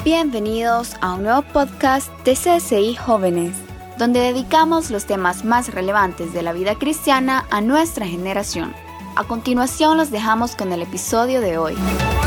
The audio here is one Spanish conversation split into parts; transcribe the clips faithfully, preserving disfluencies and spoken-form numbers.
Bienvenidos a un nuevo podcast de C S I Jóvenes, donde dedicamos los temas más relevantes de la vida cristiana a nuestra generación. A continuación los dejamos con el episodio de hoy.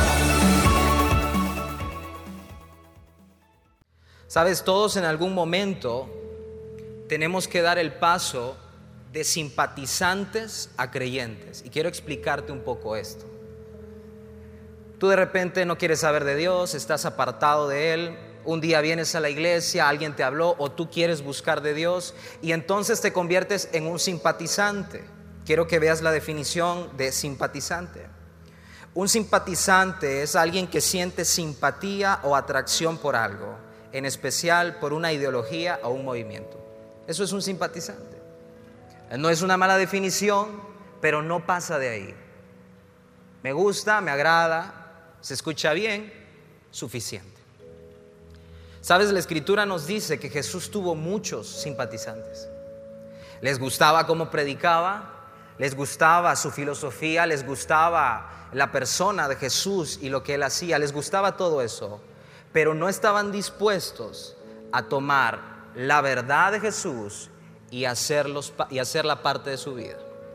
Sabes, todos en algún momento tenemos que dar el paso de simpatizantes a creyentes. Y quiero explicarte un poco esto. Tú de repente no quieres saber de Dios, estás apartado de Él. Un día vienes a la iglesia, alguien te habló o tú quieres buscar de Dios y entonces te conviertes en un simpatizante. Quiero que veas la definición de simpatizante. Un simpatizante es alguien que siente simpatía o atracción por algo, en especial por una ideología o un movimiento. Eso es un simpatizante. No es una mala definición, pero no pasa de ahí. Me gusta, me agrada, se escucha bien, suficiente. Sabes, la Escritura nos dice que Jesús tuvo muchos simpatizantes. Les gustaba cómo predicaba, les gustaba su filosofía, les gustaba la persona de Jesús y lo que Él hacía, les gustaba todo eso, pero no estaban dispuestos a tomar la verdad de Jesús y, hacerlos, y hacerla parte de su vida.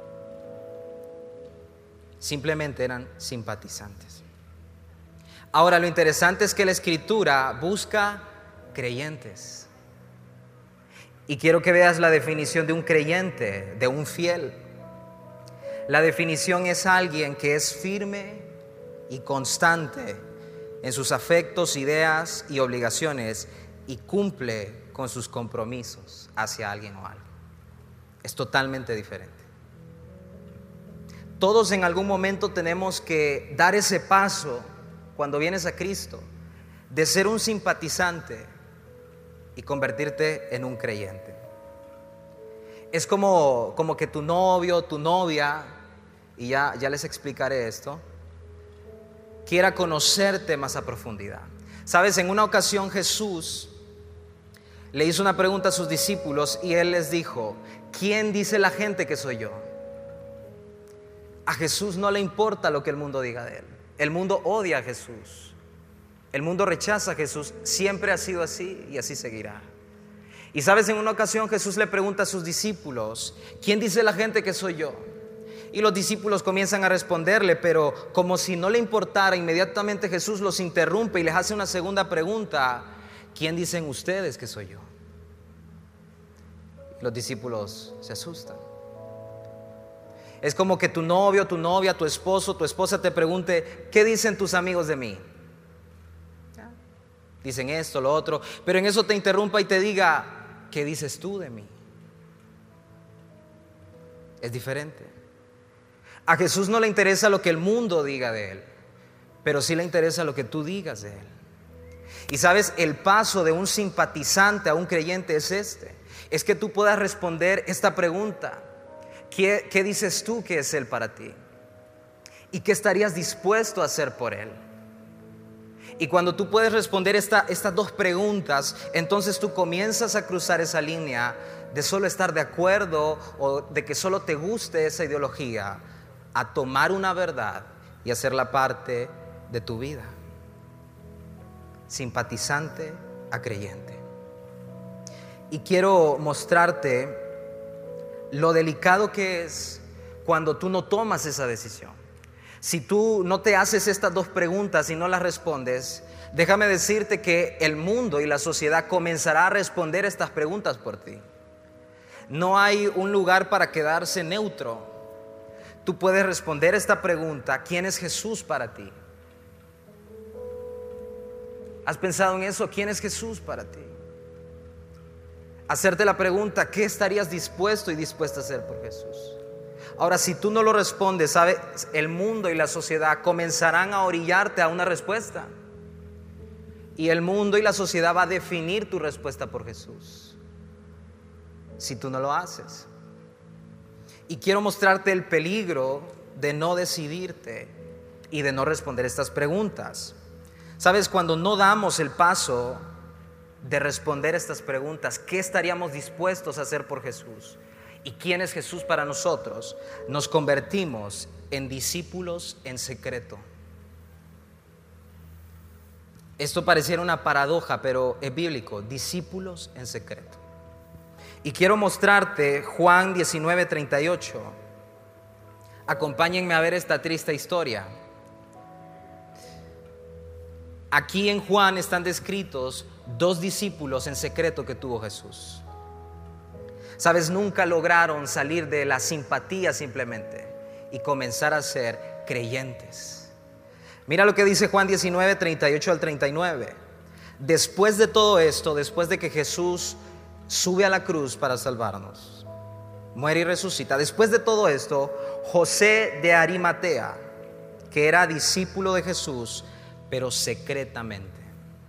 Simplemente eran simpatizantes. Ahora, lo interesante es que la Escritura busca creyentes. Y quiero que veas la definición de un creyente, de un fiel. La definición es alguien que es firme y constante en sus afectos, ideas y obligaciones y cumple con sus compromisos hacia alguien o algo. Es totalmente diferente. Todos en algún momento tenemos que dar ese paso cuando vienes a Cristo, de ser un simpatizante y convertirte en un creyente. Es como, como que tu novio, tu novia, y ya, ya les explicaré esto, quiera conocerte más a profundidad. Sabes, en una ocasión Jesús le hizo una pregunta a sus discípulos y Él les dijo: ¿quién dice la gente que soy yo? A Jesús no le importa lo que el mundo diga de Él. El mundo odia a Jesús. El mundo rechaza a Jesús. Siempre ha sido así y así seguirá. Y sabes, en una ocasión Jesús le pregunta a sus discípulos: ¿quién dice la gente que soy yo? Y los discípulos comienzan a responderle, pero como si no le importara, inmediatamente Jesús los interrumpe y les hace una segunda pregunta: ¿quién dicen ustedes que soy yo? Los discípulos se asustan. Es como que tu novio, tu novia, tu esposo, tu esposa te pregunte: ¿qué dicen tus amigos de mí? Dicen esto, lo otro, pero en eso te interrumpa y te diga: ¿qué dices tú de mí? Es diferente. A Jesús no le interesa lo que el mundo diga de Él, pero sí le interesa lo que tú digas de Él. Y sabes, el paso de un simpatizante a un creyente es este: es que tú puedas responder esta pregunta: ¿Qué, ¿Qué dices tú que es Él para ti? ¿Y qué estarías dispuesto a hacer por Él? Y cuando tú puedes responder esta, estas dos preguntas, entonces tú comienzas a cruzar esa línea de solo estar de acuerdo o de que solo te guste esa ideología, a tomar una verdad y hacerla parte de tu vida. Simpatizante a creyente. Y quiero mostrarte lo delicado que es cuando tú no tomas esa decisión. Si tú no te haces estas dos preguntas y no las respondes, déjame decirte que el mundo y la sociedad comenzará a responder estas preguntas por ti. No hay un lugar para quedarse neutro. Tú puedes responder esta pregunta: ¿quién es Jesús para ti? ¿Has pensado en eso? ¿Quién es Jesús para ti? Hacerte la pregunta: ¿qué estarías dispuesto y dispuesta a hacer por Jesús? Ahora, si tú no lo respondes, ¿sabes? El mundo y la sociedad comenzarán a orillarte a una respuesta. Y el mundo y la sociedad va a definir tu respuesta por Jesús, si tú no lo haces. Y quiero mostrarte el peligro de no decidirte y de no responder estas preguntas. ¿Sabes? Cuando no damos el paso de responder estas preguntas, ¿qué estaríamos dispuestos a hacer por Jesús? ¿Y quién es Jesús para nosotros? Nos convertimos en discípulos en secreto. Esto pareciera una paradoja, pero es bíblico. Discípulos en secreto. Y quiero mostrarte Juan diecinueve, treinta y ocho. Acompáñenme a ver esta triste historia. Aquí en Juan están descritos dos discípulos en secreto que tuvo Jesús. Sabes, nunca lograron salir de la simpatía simplemente y comenzar a ser creyentes. Mira lo que dice Juan diecinueve, treinta y ocho al treinta y nueve. Después de todo esto, después de que Jesús sube a la cruz para salvarnos, muere y resucita, después de todo esto, José de Arimatea, que era discípulo de Jesús, pero secretamente,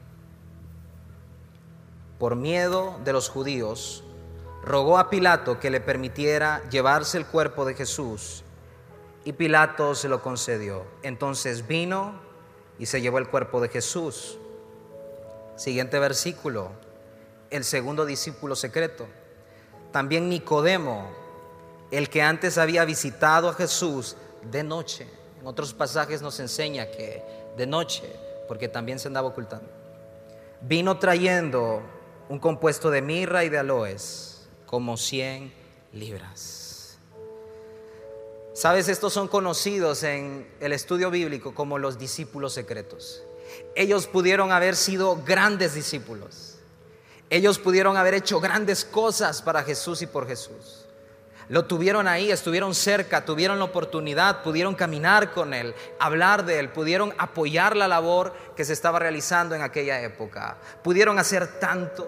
por miedo de los judíos, rogó a Pilato que le permitiera llevarse el cuerpo de Jesús, y Pilato se lo concedió. Entonces vino y se llevó el cuerpo de Jesús. Siguiente versículo, el segundo discípulo secreto. También Nicodemo, el que antes había visitado a Jesús de noche. En otros pasajes nos enseña que de noche, porque también se andaba ocultando, vino trayendo un compuesto de mirra y de aloes, como cien libras. Sabes, estos son conocidos en el estudio bíblico como los discípulos secretos. Ellos pudieron haber sido grandes discípulos. Ellos pudieron haber hecho grandes cosas para Jesús y por Jesús. Lo tuvieron ahí, estuvieron cerca, tuvieron la oportunidad, pudieron caminar con Él, hablar de Él, pudieron apoyar la labor que se estaba realizando en aquella época. Pudieron hacer tanto,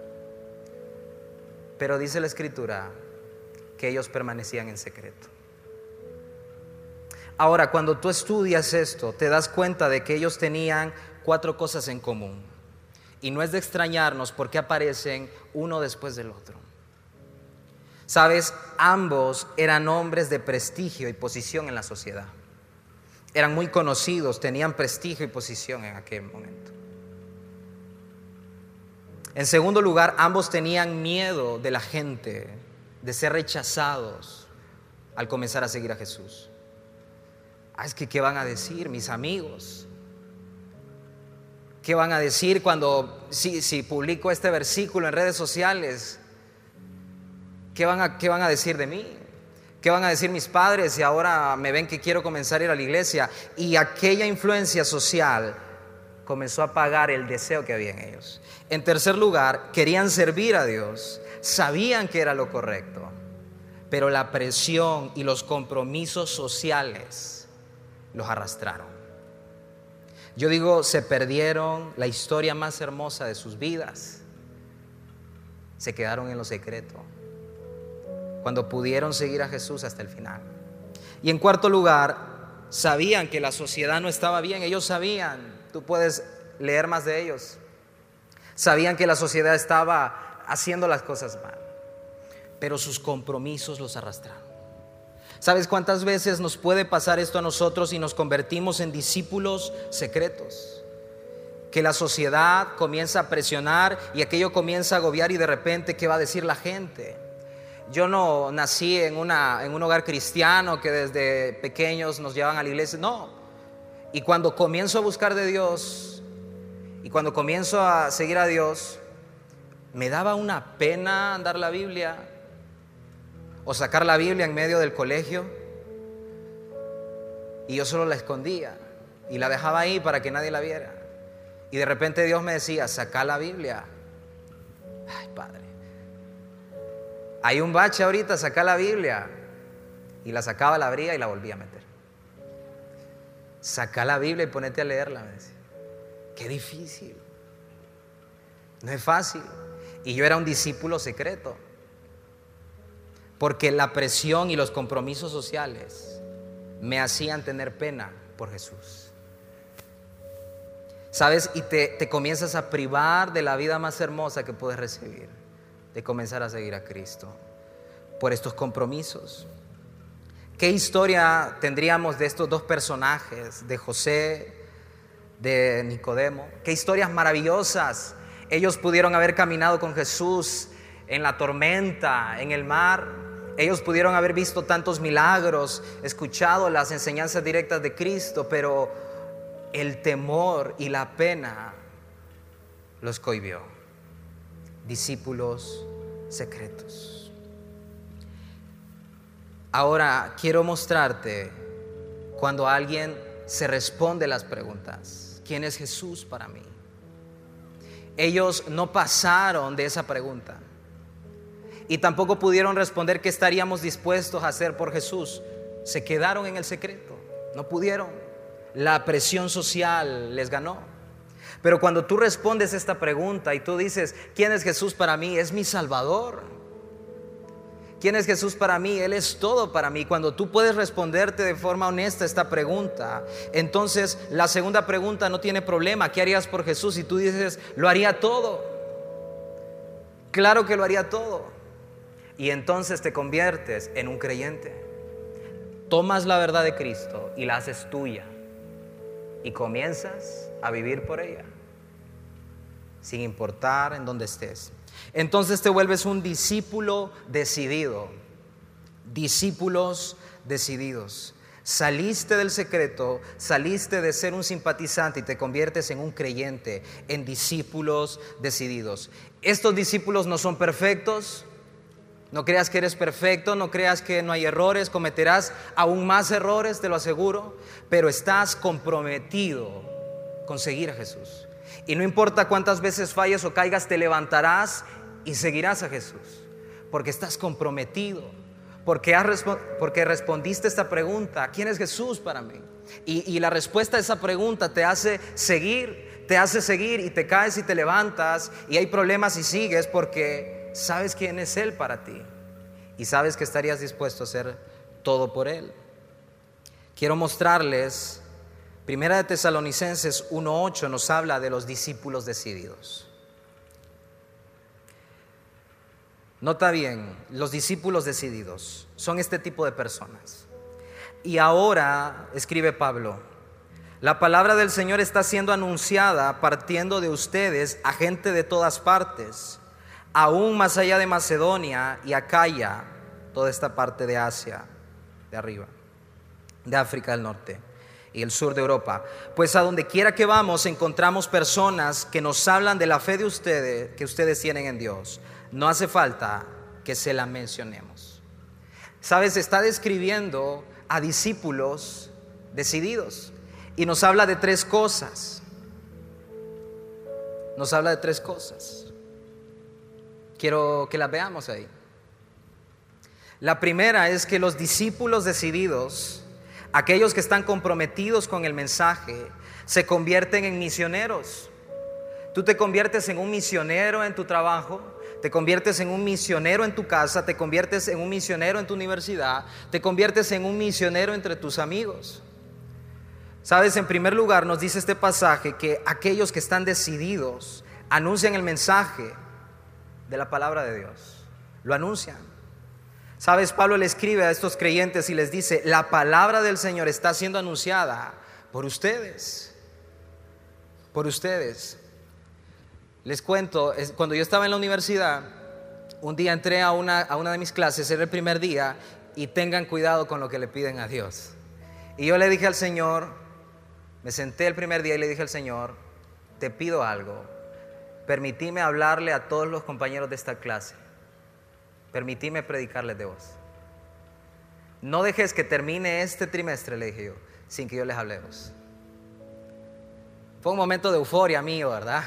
pero dice la Escritura que ellos permanecían en secreto. Ahora, cuando tú estudias esto, te das cuenta de que ellos tenían cuatro cosas en común. Y no es de extrañarnos porque aparecen uno después del otro. Sabes, ambos eran hombres de prestigio y posición en la sociedad. Eran muy conocidos, tenían prestigio y posición en aquel momento. En segundo lugar, ambos tenían miedo de la gente, de ser rechazados al comenzar a seguir a Jesús. Ah, es que ¿qué van a decir mis amigos? ¿Qué van a decir cuando, si, si publico este versículo en redes sociales? ¿Qué van, a, ¿Qué van a decir de mí? ¿Qué van a decir mis padres si ahora me ven que quiero comenzar a ir a la iglesia? Y aquella influencia social comenzó a apagar el deseo que había en ellos. En tercer lugar, querían servir a Dios, sabían que era lo correcto, pero la presión y los compromisos sociales los arrastraron. Yo digo, se perdieron la historia más hermosa de sus vidas. Se quedaron en lo secreto cuando pudieron seguir a Jesús hasta el final. Y en cuarto lugar, sabían que la sociedad no estaba bien. Ellos sabían, tú puedes leer más de ellos, sabían que la sociedad estaba haciendo las cosas mal, pero sus compromisos los arrastraron. ¿Sabes cuántas veces nos puede pasar esto a nosotros y nos convertimos en discípulos secretos? Que la sociedad comienza a presionar y aquello comienza a agobiar y de repente, ¿qué va a decir la gente? Yo no nací en, una, en un hogar cristiano que desde pequeños nos llevan a la iglesia, no. Y cuando comienzo a buscar de Dios y cuando comienzo a seguir a Dios, me daba una pena andar la Biblia o sacar la Biblia en medio del colegio, y yo solo la escondía y la dejaba ahí para que nadie la viera. Y de repente Dios me decía, saca la Biblia. Ay, Padre, hay un bache ahorita, saca la Biblia. Y la sacaba, la abría y la volvía a meter. Saca la Biblia y ponete a leerla, me decía. Qué difícil, no es fácil. Y yo era un discípulo secreto, porque la presión y los compromisos sociales me hacían tener pena por Jesús. ¿Sabes? Y te, te comienzas a privar de la vida más hermosa que puedes recibir, de comenzar a seguir a Cristo, por estos compromisos. ¿Qué historia tendríamos de estos dos personajes, de José, de Nicodemo? ¿Qué historias maravillosas? Ellos pudieron haber caminado con Jesús en la tormenta, en el mar. Ellos pudieron haber visto tantos milagros, escuchado las enseñanzas directas de Cristo, pero el temor y la pena los cohibió. Discípulos secretos. Ahora quiero mostrarte cuando alguien se responde las preguntas: ¿quién es Jesús para mí? Ellos no pasaron de esa pregunta y tampoco pudieron responder qué estaríamos dispuestos a hacer por Jesús. Se quedaron en el secreto, no pudieron. La presión social les ganó. Pero cuando tú respondes esta pregunta y tú dices: ¿quién es Jesús para mí? Es mi Salvador. ¿Quién es Jesús para mí? Él es todo para mí. Cuando tú puedes responderte de forma honesta esta pregunta, entonces la segunda pregunta no tiene problema. ¿Qué harías por Jesús? Y tú dices: lo haría todo. Claro que lo haría todo. Y entonces te conviertes en un creyente. Tomas la verdad de Cristo y la haces tuya y comienzas a vivir por ella, sin importar en dónde estés. Entonces te vuelves un discípulo decidido. Discípulos decididos. Saliste del secreto, saliste de ser un simpatizante y te conviertes en un creyente, en discípulos decididos. Estos discípulos no son perfectos. No creas que eres perfecto, no creas que no hay errores, cometerás aún más errores, te lo aseguro, pero estás comprometido con seguir a Jesús. Y no importa cuántas veces falles o caigas, te levantarás y seguirás a Jesús, porque estás comprometido, porque, has resp- porque respondiste esta pregunta: ¿quién es Jesús para mí? Y, y la respuesta a esa pregunta te hace seguir, te hace seguir y te caes y te levantas y hay problemas y sigues porque sabes quién es Él para ti y sabes que estarías dispuesto a hacer todo por Él. Quiero mostrarles, Primera de Tesalonicenses uno ocho nos habla de los discípulos decididos. Nota bien, los discípulos decididos son este tipo de personas. Y ahora, escribe Pablo, la palabra del Señor está siendo anunciada partiendo de ustedes a gente de todas partes, aún más allá de Macedonia y Acaya, toda esta parte de Asia, de arriba, de África del Norte y el sur de Europa. Pues a donde quiera que vamos encontramos personas que nos hablan de la fe de ustedes, que ustedes tienen en Dios. No hace falta que se la mencionemos. Sabes, está describiendo a discípulos decididos y nos habla de tres cosas. Nos habla de tres cosas. Quiero que las veamos ahí. La primera es que los discípulos decididos, aquellos que están comprometidos con el mensaje, se convierten en misioneros. Tú te conviertes en un misionero en tu trabajo, te conviertes en un misionero en tu casa, te conviertes en un misionero en tu universidad, te conviertes en un misionero entre tus amigos. Sabes, en primer lugar nos dice este pasaje que aquellos que están decididos anuncian el mensaje de la palabra de Dios, lo anuncian. Sabes, Pablo le escribe a estos creyentes y les dice: la palabra del Señor está siendo anunciada por ustedes, por ustedes. Les cuento, cuando yo estaba en la universidad, un día entré a una, a una de mis clases, era el primer día, y tengan cuidado con lo que le piden a Dios. Y yo le dije al Señor, me senté el primer día y le dije al Señor: te pido algo, permitime hablarle a todos los compañeros de esta clase, permitime predicarles de vos. No dejes que termine este trimestre, le dije yo, sin que yo les hable de vos. Fue un momento de euforia mío, ¿verdad?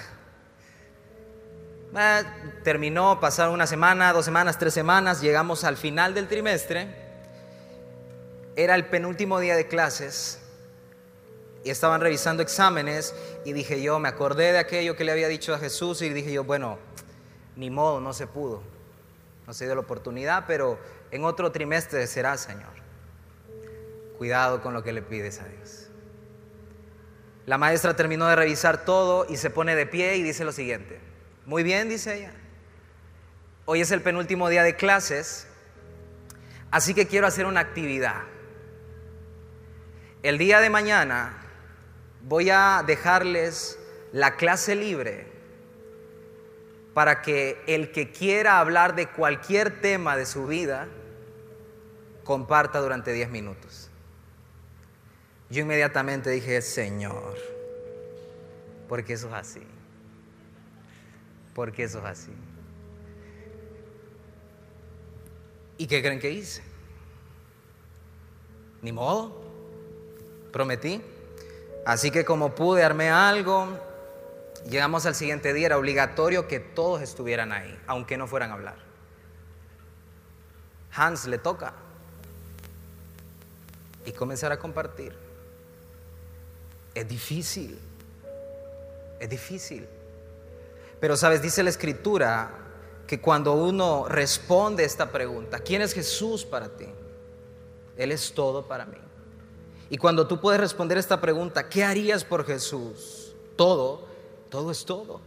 Eh, terminó, pasaron una semana, dos semanas, tres semanas, llegamos al final del trimestre. Era el penúltimo día de clases y estaban revisando exámenes y dije yo, me acordé de aquello que le había dicho a Jesús y dije yo, bueno, ni modo, no se pudo, no se dio la oportunidad, pero en otro trimestre será, Señor. Cuidado con lo que le pides a Dios. La maestra terminó de revisar todo y se pone de pie y dice lo siguiente: muy bien, dice ella, hoy es el penúltimo día de clases, así que quiero hacer una actividad. El día de mañana voy a dejarles la clase libre para que el que quiera hablar de cualquier tema de su vida comparta durante diez minutos. Yo inmediatamente dije: Señor, porque eso es así. porque eso es así. ¿Y qué creen que hice? Ni modo, prometí. Así que como pude, armé algo. Llegamos al siguiente día, era obligatorio que todos estuvieran ahí, aunque no fueran a hablar. Hans le toca y comenzar a compartir. Es difícil, es difícil. Pero sabes, dice la Escritura que cuando uno responde esta pregunta, ¿quién es Jesús para ti? Él es todo para mí. Y cuando tú puedes responder esta pregunta, ¿qué harías por Jesús? Todo, todo es todo.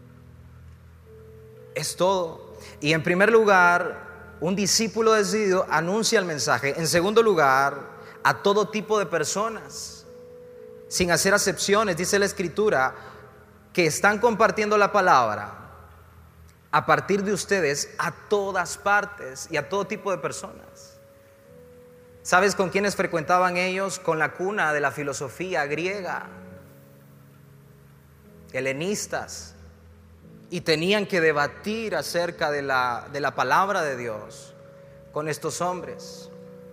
Es todo. Y en primer lugar, un discípulo decidido anuncia el mensaje. En segundo lugar, a todo tipo de personas, sin hacer acepciones. Dice la Escritura que están compartiendo la palabra a partir de ustedes a todas partes y a todo tipo de personas. ¿Sabes con quiénes frecuentaban ellos? Con la cuna de la filosofía griega, helenistas, y tenían que debatir acerca de la, de la palabra de Dios con estos hombres.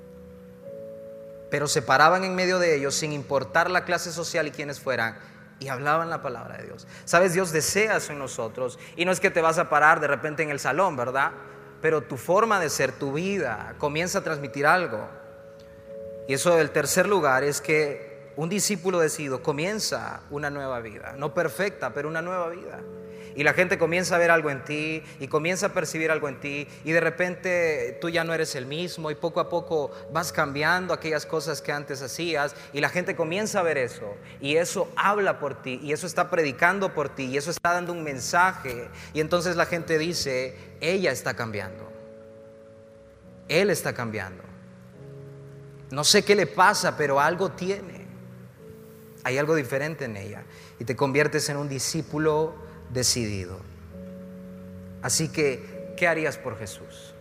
Pero se paraban en medio de ellos sin importar la clase social y quiénes fueran, y hablaban la palabra de Dios. ¿Sabes? Dios desea eso en nosotros, y no es que te vas a parar de repente en el salón, ¿verdad? Pero tu forma de ser, tu vida, comienza a transmitir algo. Y eso, el tercer lugar, es que un discípulo decidido comienza una nueva vida, no perfecta, pero una nueva vida. Y la gente comienza a ver algo en ti y comienza a percibir algo en ti, y de repente tú ya no eres el mismo, y poco a poco vas cambiando aquellas cosas que antes hacías, y la gente comienza a ver eso, y eso habla por ti, y eso está predicando por ti, y eso está dando un mensaje. Y entonces la gente dice: ella está cambiando, él está cambiando. No sé qué le pasa, pero algo tiene. Hay algo diferente en ella, y te conviertes en un discípulo decidido. Así que, ¿qué harías por Jesús?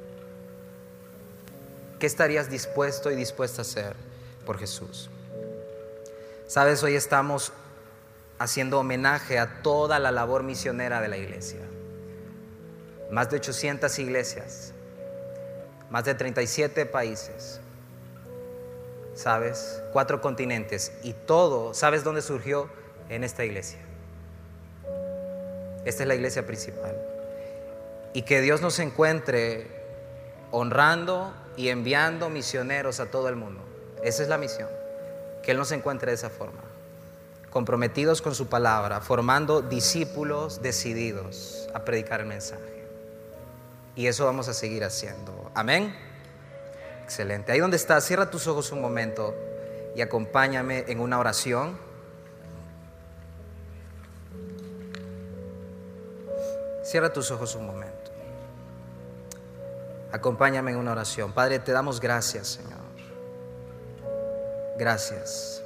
¿Qué estarías dispuesto y dispuesta a hacer por Jesús? Sabes, hoy estamos haciendo homenaje a toda la labor misionera de la iglesia. Más de ochocientas iglesias, más de treinta y siete países, ¿sabes? Cuatro continentes, y todo, ¿sabes dónde surgió? En esta iglesia. Esta es la iglesia principal. Y que Dios nos encuentre honrando y enviando misioneros a todo el mundo. Esa es la misión. Que Él nos encuentre de esa forma, comprometidos con su palabra, formando discípulos decididos a predicar el mensaje. Y eso vamos a seguir haciendo. Amén. Excelente. Ahí donde estás, cierra tus ojos un momento y acompáñame en una oración. Cierra tus ojos un momento. Acompáñame en una oración. Padre, te damos gracias, Señor. Gracias.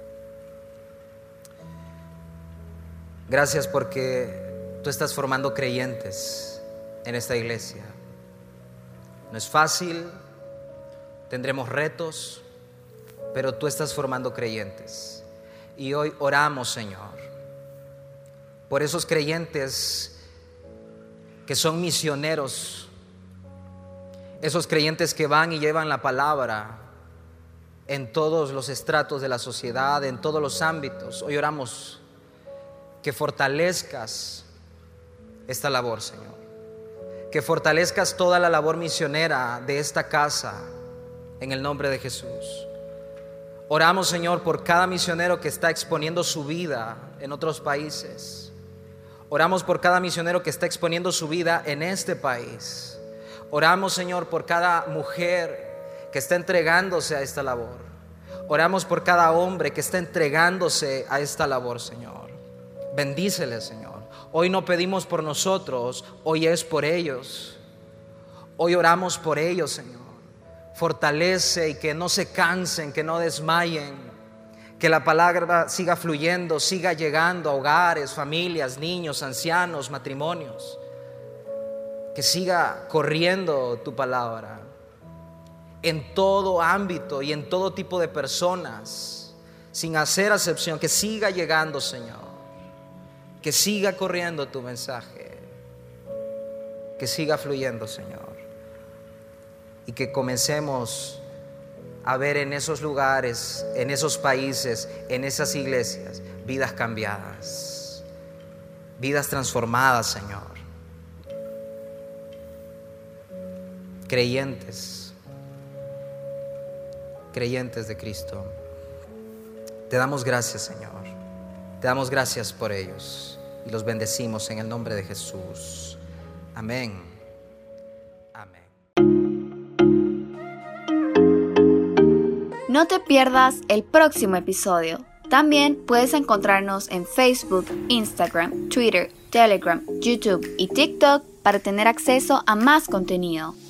Gracias porque tú estás formando creyentes en esta iglesia. No es fácil, tendremos retos, pero tú estás formando creyentes. Y hoy oramos, Señor, por esos creyentes que son misioneros, esos creyentes que van y llevan la palabra en todos los estratos de la sociedad, en todos los ámbitos. Hoy oramos que fortalezcas esta labor, Señor, que fortalezcas toda la labor misionera de esta casa, en el nombre de Jesús. Oramos, Señor, por cada misionero que está exponiendo su vida en otros países. Oramos por cada misionero que está exponiendo su vida en este país. Oramos, Señor, por cada mujer que está entregándose a esta labor. Oramos por cada hombre que está entregándose a esta labor, Señor. Bendíceles, Señor. Hoy no pedimos por nosotros, hoy es por ellos. Hoy oramos por ellos, Señor. Fortalece y que no se cansen, que no desmayen. Que la palabra siga fluyendo, siga llegando a hogares, familias, niños, ancianos, matrimonios. Que siga corriendo tu palabra en todo ámbito y en todo tipo de personas, sin hacer acepción. Que siga llegando, Señor. Que siga corriendo tu mensaje. que siga fluyendo, Señor. Y que comencemos a ver en esos lugares, en esos países, en esas iglesias, vidas cambiadas, vidas transformadas, Señor. Creyentes, creyentes de Cristo. Te damos gracias, Señor. Te damos gracias por ellos y los bendecimos en el nombre de Jesús. Amén. Amén. No te pierdas el próximo episodio. También puedes encontrarnos en Facebook, Instagram, Twitter, Telegram, YouTube y TikTok para tener acceso a más contenido.